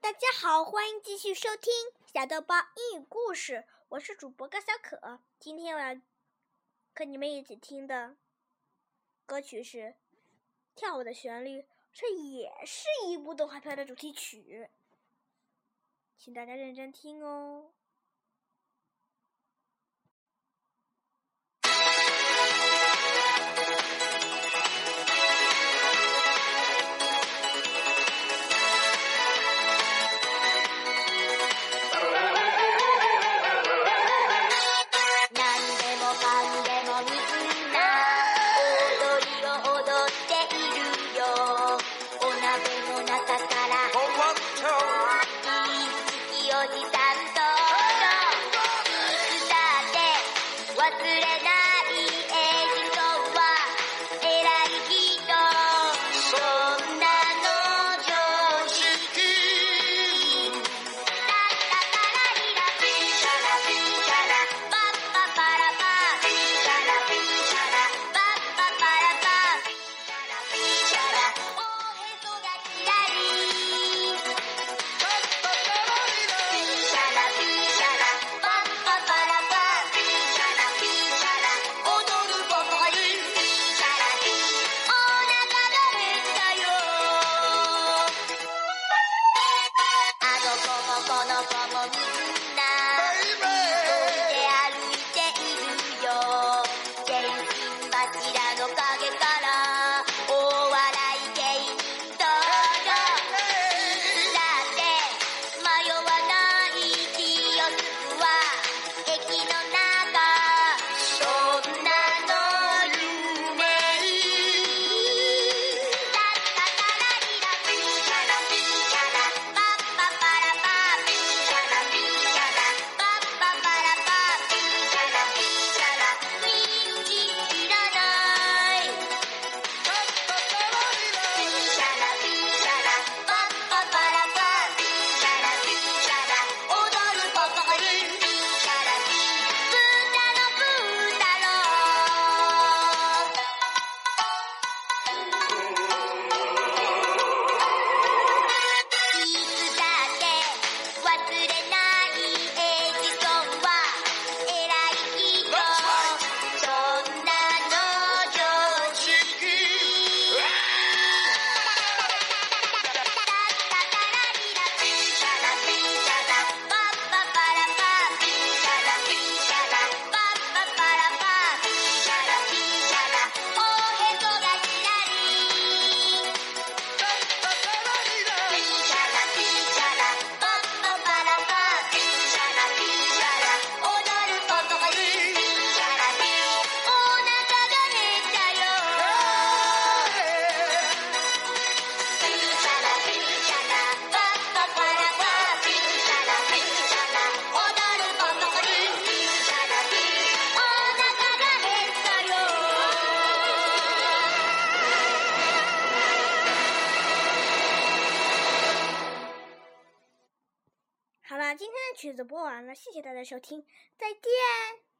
大家好，欢迎继续收听小豆包英语故事，我是主播高小可。今天我要和你们一起听的歌曲是《跳舞的旋律》，这也是一部动画片的主题曲，请大家认真听哦。好了，今天的曲子播完了，谢谢大家收听，再见。